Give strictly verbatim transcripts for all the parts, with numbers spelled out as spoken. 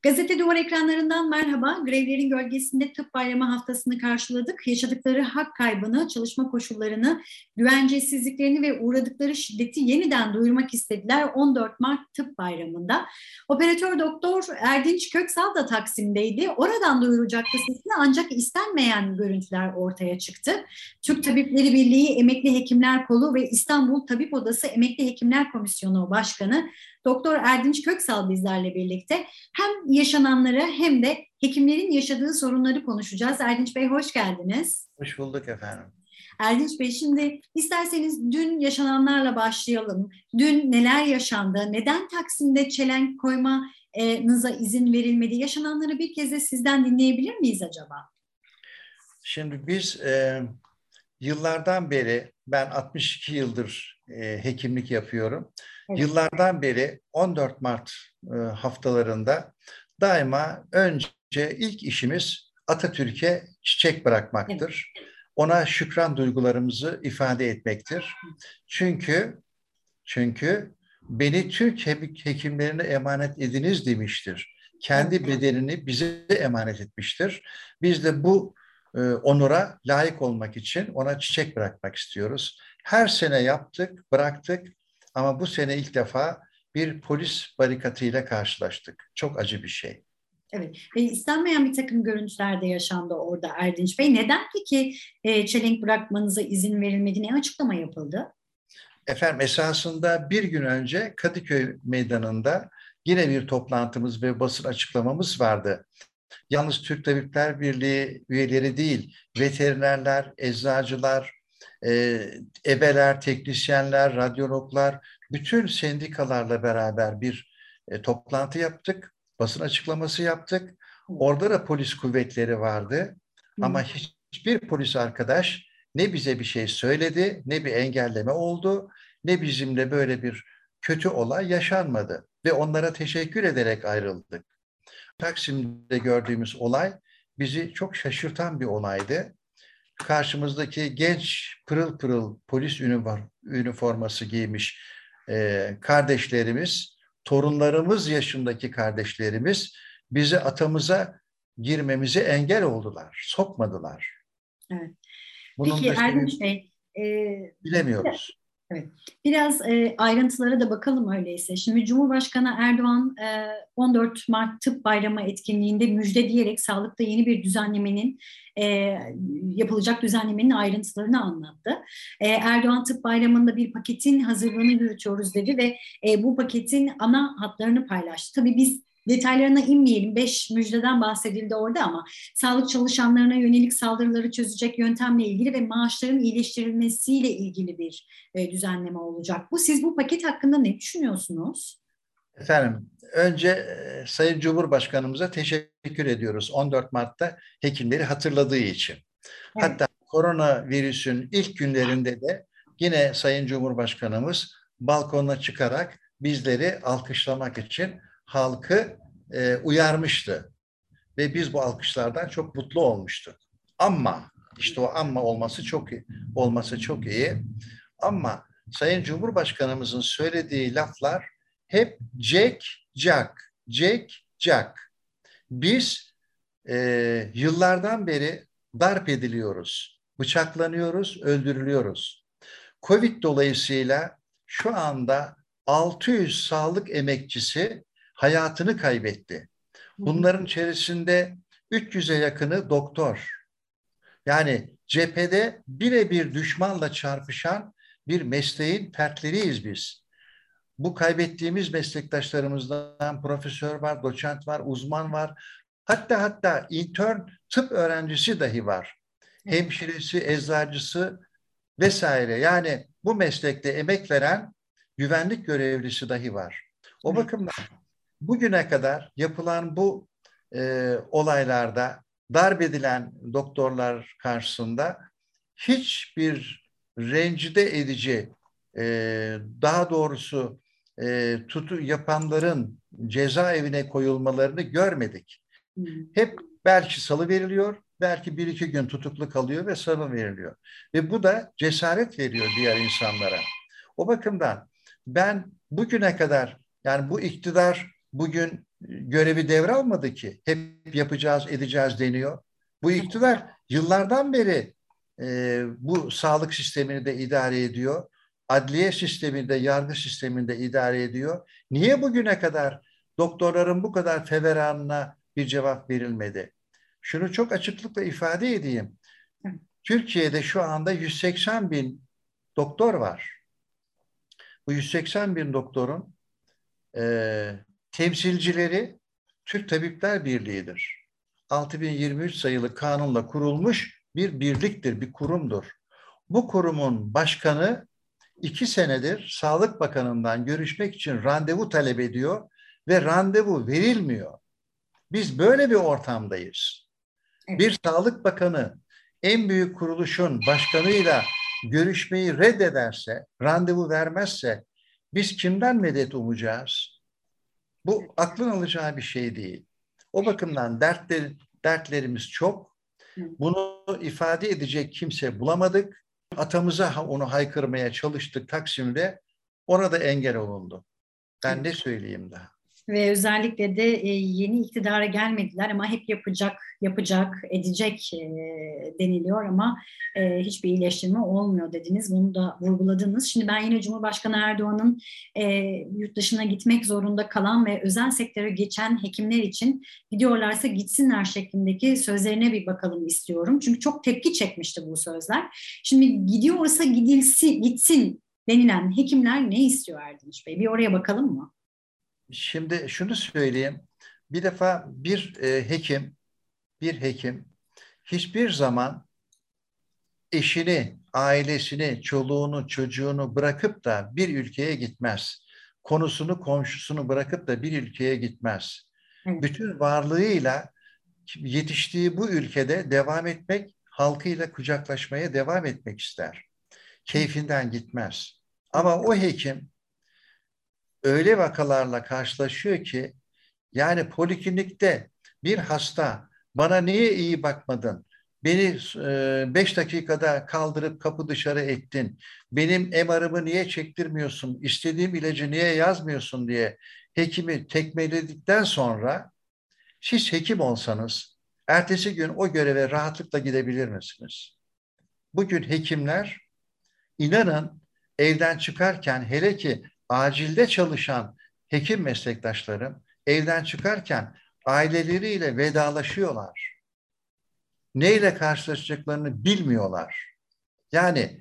Gazete Duvar ekranlarından merhaba. Grevlerin gölgesinde Tıp Bayramı haftasını karşıladık. Yaşadıkları hak kaybını, çalışma koşullarını, güvencesizliklerini ve uğradıkları şiddeti yeniden duyurmak istediler on dört Mart Tıp Bayramı'nda. Operatör Doktor Erdinç Köksal da Taksim'deydi. Oradan duyuracaktı sesini ancak istenmeyen görüntüler ortaya çıktı. Türk Tabipleri Birliği Emekli Hekimler Kolu ve İstanbul Tabip Odası Emekli Hekimler Komisyonu Başkanı Doktor Erdinç Köksal bizlerle birlikte. Hem yaşananları hem de hekimlerin yaşadığı sorunları konuşacağız. Erdinç Bey hoş geldiniz. Hoş bulduk efendim. Erdinç Bey, şimdi isterseniz dün yaşananlarla başlayalım. Dün neler yaşandı? Neden Taksim'de çelenk koymanıza izin verilmedi? Yaşananları bir kez de sizden dinleyebilir miyiz acaba? Şimdi biz e, yıllardan beri, ben altmış iki yıldır e, hekimlik yapıyorum. Evet. Yıllardan beri on dört Mart e, haftalarında daima önce ilk işimiz Atatürk'e çiçek bırakmaktır. Evet. Ona şükran duygularımızı ifade etmektir. Çünkü çünkü beni Türk hekimlerine emanet ediniz demiştir. Kendi bedenini bize emanet etmiştir. Biz de bu e, onura layık olmak için ona çiçek bırakmak istiyoruz. Her sene yaptık, bıraktık ama bu sene ilk defa bir polis barikatıyla karşılaştık. Çok acı bir şey. Evet, ve istenmeyen bir takım görüntüler de yaşandı orada Erdinç Bey. Neden peki e, çelenk bırakmanıza izin verilmedi? Ne açıklama yapıldı? Efendim esasında bir gün önce Kadıköy Meydanı'nda yine bir toplantımız ve basın açıklamamız vardı. Yalnız Türk Tabipler Birliği üyeleri değil, veterinerler, eczacılar, e, ebeler, teknisyenler, radyologlar, bütün sendikalarla beraber bir e, toplantı yaptık, basın açıklaması yaptık. Orada da polis kuvvetleri vardı ama hiçbir polis arkadaş ne bize bir şey söyledi, ne bir engelleme oldu, ne bizimle böyle bir kötü olay yaşanmadı ve onlara teşekkür ederek ayrıldık. Taksim'de gördüğümüz olay bizi çok şaşırtan bir olaydı. Karşımızdaki genç pırıl pırıl polis üniforması giymiş e, kardeşlerimiz, torunlarımız yaşındaki kardeşlerimiz bizi atamıza girmemize engel oldular, sokmadılar. Evet. Bunun Peki Erdinç Bey, e, bilemiyoruz. Evet. Biraz e, ayrıntılara da bakalım öyleyse. Şimdi Cumhurbaşkanı Erdoğan e, on dört Mart Tıp Bayramı etkinliğinde müjde diyerek sağlıkta yeni bir düzenlemenin e, yapılacak düzenlemenin ayrıntılarını anlattı. E, Erdoğan Tıp Bayramı'nda bir paketin hazırlığını yürütüyoruz dedi ve e, bu paketin ana hatlarını paylaştı. Tabii biz detaylarına inmeyelim. Beş müjdeden bahsedildi orada ama sağlık çalışanlarına yönelik saldırıları çözecek yöntemle ilgili ve maaşların iyileştirilmesiyle ilgili bir e, düzenleme olacak. Bu siz bu paket hakkında ne düşünüyorsunuz? Efendim, önce e, Sayın Cumhurbaşkanımıza teşekkür ediyoruz on dört Mart'ta hekimleri hatırladığı için. Evet. Hatta koronavirüsün ilk günlerinde de yine Sayın Cumhurbaşkanımız balkona çıkarak bizleri alkışlamak için halkı e, uyarmıştı. Ve biz bu alkışlardan çok mutlu olmuştuk. Ama işte o ama olması çok iyi, olması çok iyi. Ama Sayın Cumhurbaşkanımızın söylediği laflar hep Jack, Jack, Jack, Jack. Biz e, yıllardan beri darp ediliyoruz, bıçaklanıyoruz, öldürülüyoruz. Covid dolayısıyla şu anda altı yüz sağlık emekçisi hayatını kaybetti. Bunların içerisinde üç yüze yakını doktor. Yani cephede birebir düşmanla çarpışan bir mesleğin fertleriyiz biz. Bu kaybettiğimiz meslektaşlarımızdan profesör var, doçent var, uzman var. Hatta hatta intern tıp öğrencisi dahi var. Hemşiresi, eczacısı vesaire. Yani bu meslekte emek veren güvenlik görevlisi dahi var. O bakımdan bugüne kadar yapılan bu e, olaylarda darp edilen doktorlar karşısında hiçbir rencide edici, e, daha doğrusu e, tutu yapanların cezaevine koyulmalarını görmedik. Hmm. Hep belki salı veriliyor, belki bir iki gün tutuklu kalıyor ve salı veriliyor. Ve bu da cesaret veriyor diğer insanlara. O bakımdan ben bugüne kadar, yani bu iktidar bugün görevi devralmadı ki. Hep yapacağız, edeceğiz deniyor. Bu iktidar yıllardan beri e, bu sağlık sistemini de idare ediyor. Adliye sisteminde, yargı sisteminde idare ediyor. Niye bugüne kadar doktorların bu kadar feveranına bir cevap verilmedi? Şunu çok açıklıkla ifade edeyim. Türkiye'de şu anda yüz seksen bin doktor var. Bu yüz seksen bin doktorun e, temsilcileri Türk Tabipler Birliği'dir. altı bin yirmi üç sayılı kanunla kurulmuş bir birliktir, bir kurumdur. Bu kurumun başkanı iki senedir Sağlık Bakanı'ndan görüşmek için randevu talep ediyor ve randevu verilmiyor. Biz böyle bir ortamdayız. Evet. Bir Sağlık Bakanı en büyük kuruluşun başkanıyla görüşmeyi reddederse, randevu vermezse biz kimden medet umacağız? Bu aklın alacağı bir şey değil. O bakımdan dertler, dertlerimiz çok. Bunu ifade edecek kimse bulamadık. Atamıza onu haykırmaya çalıştık Taksim'de. Ona da engel olundu. Ben ne söyleyeyim daha? Ve özellikle de e, yeni iktidara gelmediler ama hep yapacak, yapacak, edecek e, deniliyor ama e, hiçbir iyileştirme olmuyor dediniz. Bunu da vurguladınız. Şimdi ben yine Cumhurbaşkanı Erdoğan'ın e, yurt dışına gitmek zorunda kalan ve özel sektöre geçen hekimler için gidiyorlarsa gitsinler şeklindeki sözlerine bir bakalım istiyorum. Çünkü çok tepki çekmişti bu sözler. Şimdi gidiyorsa gidilsin, gitsin denilen hekimler ne istiyor Erdinç Bey? Bir oraya bakalım mı? Şimdi şunu söyleyeyim. Bir defa bir e, hekim, bir hekim hiçbir zaman eşini, ailesini, çoluğunu, çocuğunu bırakıp da bir ülkeye gitmez. Konusunu, komşusunu bırakıp da bir ülkeye gitmez. Evet. Bütün varlığıyla yetiştiği bu ülkede devam etmek, halkıyla kucaklaşmaya devam etmek ister. Keyfinden gitmez. Ama o hekim öyle vakalarla karşılaşıyor ki, yani poliklinikte bir hasta bana niye iyi bakmadın, beni e, beş dakikada kaldırıp kapı dışarı ettin, benim M R'ımı niye çektirmiyorsun, istediğim ilacı niye yazmıyorsun diye hekimi tekmeledikten sonra siz hekim olsanız ertesi gün o göreve rahatlıkla gidebilir misiniz? Bugün hekimler, inanın, evden çıkarken, hele ki acilde çalışan hekim meslektaşlarım evden çıkarken aileleriyle vedalaşıyorlar. Neyle karşılaşacaklarını bilmiyorlar. Yani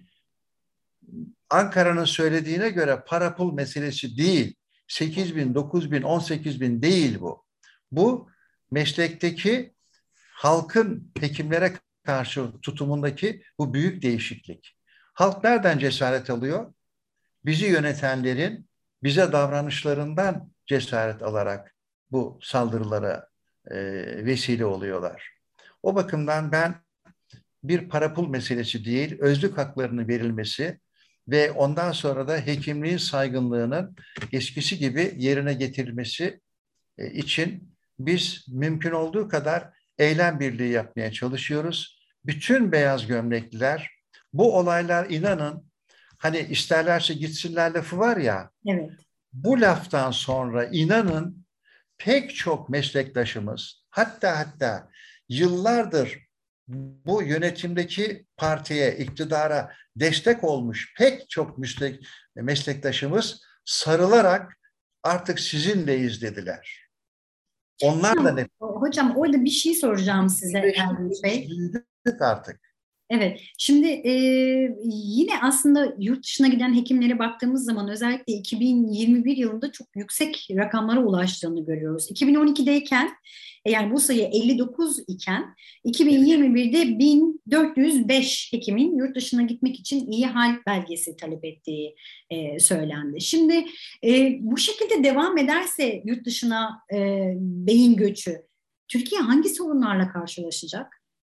Ankara'nın söylediğine göre para pul meselesi değil. sekiz bin, dokuz bin, on sekiz bin değil bu. Bu meslekteki halkın hekimlere karşı tutumundaki bu büyük değişiklik. Halk nereden cesaret alıyor? Bizi yönetenlerin bize davranışlarından cesaret alarak bu saldırılara e, vesile oluyorlar. O bakımdan ben bir para pul meselesi değil, özlük haklarının verilmesi ve ondan sonra da hekimliğin saygınlığının eskisi gibi yerine getirilmesi e, için biz mümkün olduğu kadar eylem birliği yapmaya çalışıyoruz. Bütün beyaz gömlekliler, bu olaylar, inanın, hani isterlerse gitsinler lafı var ya, evet. Bu laftan sonra inanın pek çok meslektaşımız, hatta hatta yıllardır bu yönetimdeki partiye, iktidara destek olmuş pek çok meslek, meslektaşımız sarılarak artık sizinleyiz dediler. Onlar da ne? Hocam orada bir şey soracağım size Erdinç Bey. Büyüdük artık. Evet, şimdi e, yine aslında yurt dışına giden hekimlere baktığımız zaman özellikle iki bin yirmi bir yılında çok yüksek rakamlara ulaştığını görüyoruz. iki bin on ikideyken e, yani bu sayı elli dokuz iken iki bin yirmi birde bin dört yüz beş hekimin yurt dışına gitmek için iyi hal belgesi talep ettiği e, söylendi. Şimdi e, bu şekilde devam ederse yurt dışına e, beyin göçü, Türkiye hangi sorunlarla karşılaşacak?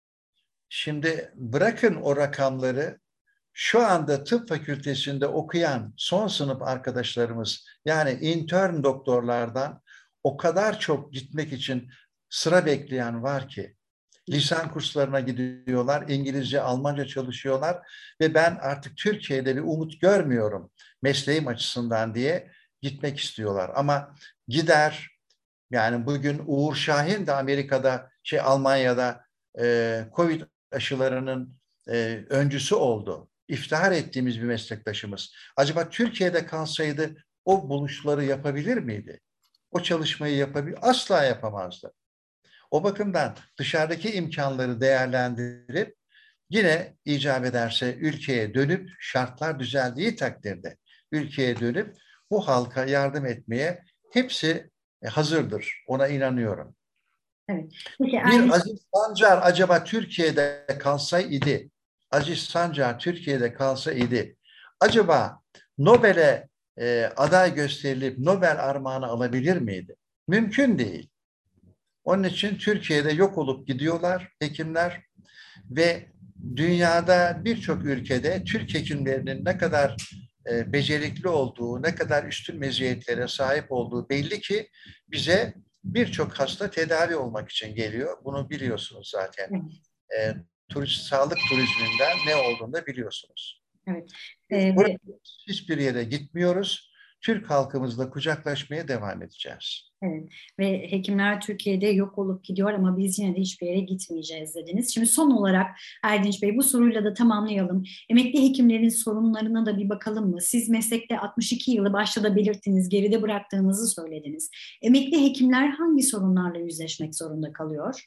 Şimdi bırakın o rakamları, şu anda tıp fakültesinde okuyan son sınıf arkadaşlarımız, yani intern doktorlardan o kadar çok gitmek için sıra bekleyen var ki, lisan kurslarına gidiyorlar, İngilizce, Almanca çalışıyorlar ve ben artık Türkiye'de bir umut görmüyorum mesleğim açısından diye gitmek istiyorlar. Ama gider, Yani bugün Uğur Şahin de Amerika'da, şey Almanya'da e, Covid aşılarının e, öncüsü oldu. İftihar ettiğimiz bir meslektaşımız. Acaba Türkiye'de kalsaydı o buluşları yapabilir miydi? O çalışmayı yapabilir? Asla yapamazdı. O bakımdan dışarıdaki imkanları değerlendirip yine icap ederse ülkeye dönüp şartlar düzeldiği takdirde ülkeye dönüp bu halka yardım etmeye hepsi hazırdır. Ona inanıyorum. Evet. Peki Bir Erdinç, Aziz Sancar acaba Türkiye'de kalsaydı, Aziz Sancar Türkiye'de kalsaydı, acaba Nobel'e e, aday gösterilip Nobel armağanı alabilir miydi? Mümkün değil. Onun için Türkiye'de yok olup gidiyorlar hekimler ve dünyada birçok ülkede Türk hekimlerinin ne kadar e, becerikli olduğu, ne kadar üstün meziyetlere sahip olduğu belli ki bize birçok hasta tedavi olmak için geliyor. Bunu biliyorsunuz zaten. E, turist, sağlık turizminden ne olduğunu da biliyorsunuz. evet. Biz Ee, burada ve hiçbir yere gitmiyoruz. Türk halkımızla kucaklaşmaya devam edeceğiz. Evet. Ve hekimler Türkiye'de yok olup gidiyor ama biz yine de hiçbir yere gitmeyeceğiz dediniz. Şimdi son olarak Erdinç Bey, bu soruyla da tamamlayalım. Emekli hekimlerin sorunlarına da bir bakalım mı? Siz meslekte altmış iki yılı başta da belirttiniz, geride bıraktığınızı söylediniz. Emekli hekimler hangi sorunlarla yüzleşmek zorunda kalıyor?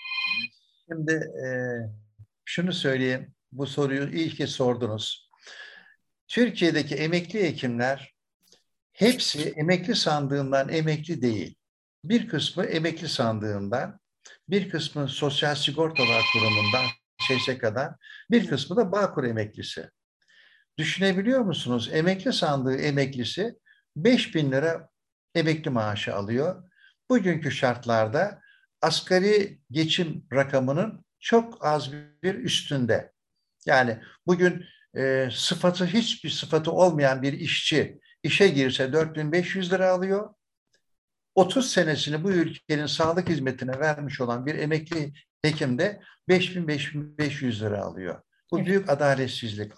Şimdi e, şunu söyleyeyim, bu soruyu iyi ki sordunuz. Türkiye'deki emekli hekimler hepsi emekli sandığından emekli değil. Bir kısmı emekli sandığından, bir kısmı Sosyal Sigortalar Kurumu'ndan, S S K'dan, bir kısmı da Bağkur emeklisi. Düşünebiliyor musunuz? Emekli sandığı emeklisi beş bin lira emekli maaşı alıyor. Bugünkü şartlarda asgari geçim rakamının çok az bir üstünde. Yani bugün e, sıfatı hiçbir sıfatı olmayan bir işçi işe girse dört bin beş yüz lira alıyor. otuz senesini bu ülkenin sağlık hizmetine vermiş olan bir emekli hekim de beş bin beş yüz lira alıyor. Bu Evet. büyük adaletsizlik.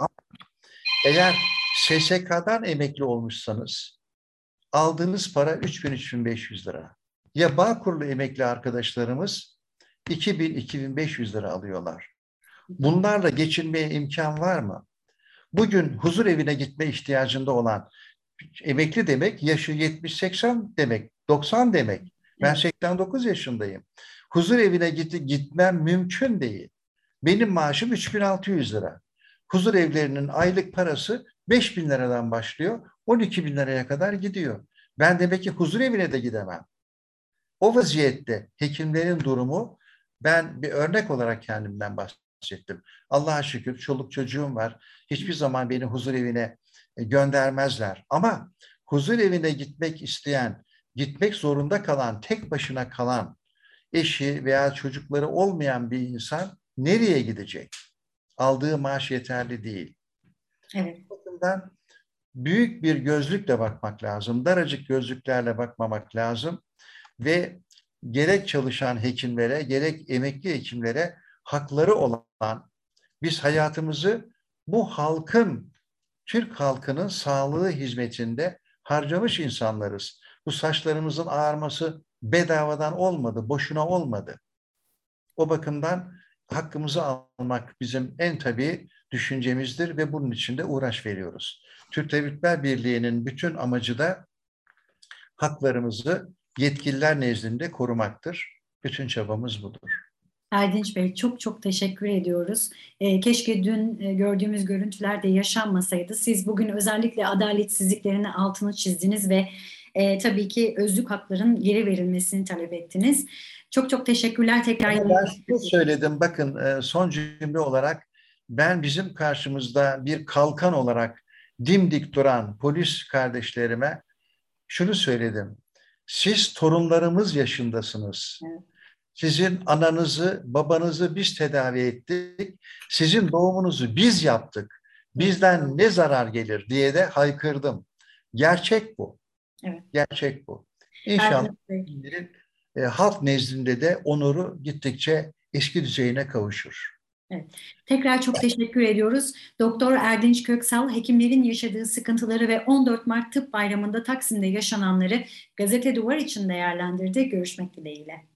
Eğer S S K'dan emekli olmuşsanız aldığınız para üç bin üç bin beş yüz lira. Ya Bağkurlu emekli arkadaşlarımız iki bin iki bin beş yüz lira alıyorlar. Bunlarla geçinmeye imkan var mı? Bugün huzur evine gitme ihtiyacında olan emekli demek yaşı yetmiş seksen demek, doksan demek. Ben Evet. seksen dokuz yaşındayım. Huzur evine git, gitmem mümkün değil. Benim maaşım üç bin altı yüz lira. Huzur evlerinin aylık parası beş bin liradan başlıyor, on iki bin liraya kadar gidiyor. Ben demek ki huzur evine de gidemem. O vaziyette hekimlerin durumu, ben bir örnek olarak kendimden bahsettim. Allah'a şükür çoluk çocuğum var. Hiçbir zaman beni huzur evine göndermezler. Ama huzur evine gitmek isteyen, gitmek zorunda kalan, tek başına kalan, eşi veya çocukları olmayan bir insan nereye gidecek? Aldığı maaş yeterli değil. Evet. Bu bakımdan büyük bir gözlükle bakmak lazım. Daracık gözlüklerle bakmamak lazım. Ve gerek çalışan hekimlere, gerek emekli hekimlere hakları olan, biz hayatımızı bu halkın, Türk halkının sağlığı hizmetinde harcamış insanlarız. Bu saçlarımızın ağarması bedavadan olmadı, boşuna olmadı. O bakımdan hakkımızı almak bizim en tabii düşüncemizdir ve bunun için de uğraş veriyoruz. Türk Tabipler Birliği'nin bütün amacı da haklarımızı yetkililer nezdinde korumaktır. Bütün çabamız budur. Erdinç Bey, çok çok teşekkür ediyoruz. Ee, keşke dün e, gördüğümüz görüntüler de yaşanmasaydı. Siz bugün özellikle adaletsizliklerin altını çizdiniz ve e, tabii ki özlük hakların geri verilmesini talep ettiniz. Çok çok teşekkürler tekrar. Ama ben şunu söyledim, bakın e, son cümle olarak, ben bizim karşımızda bir kalkan olarak dimdik duran polis kardeşlerime şunu söyledim. Siz torunlarımız yaşındasınız. Evet. Sizin ananızı, babanızı biz tedavi ettik. Sizin doğumunuzu biz yaptık. Bizden ne zarar gelir diye de haykırdım. Gerçek bu. Evet. Gerçek bu. İnşallah Erdinç Bey. e, halk nezdinde de onuru gittikçe eski düzeyine kavuşur. Evet. Tekrar çok teşekkür ediyoruz. Doktor Erdinç Köksal, hekimlerin yaşadığı sıkıntıları ve on dört Mart Tıp Bayramı'nda Taksim'de yaşananları Gazete Duvar için değerlendirdi. Görüşmek dileğiyle.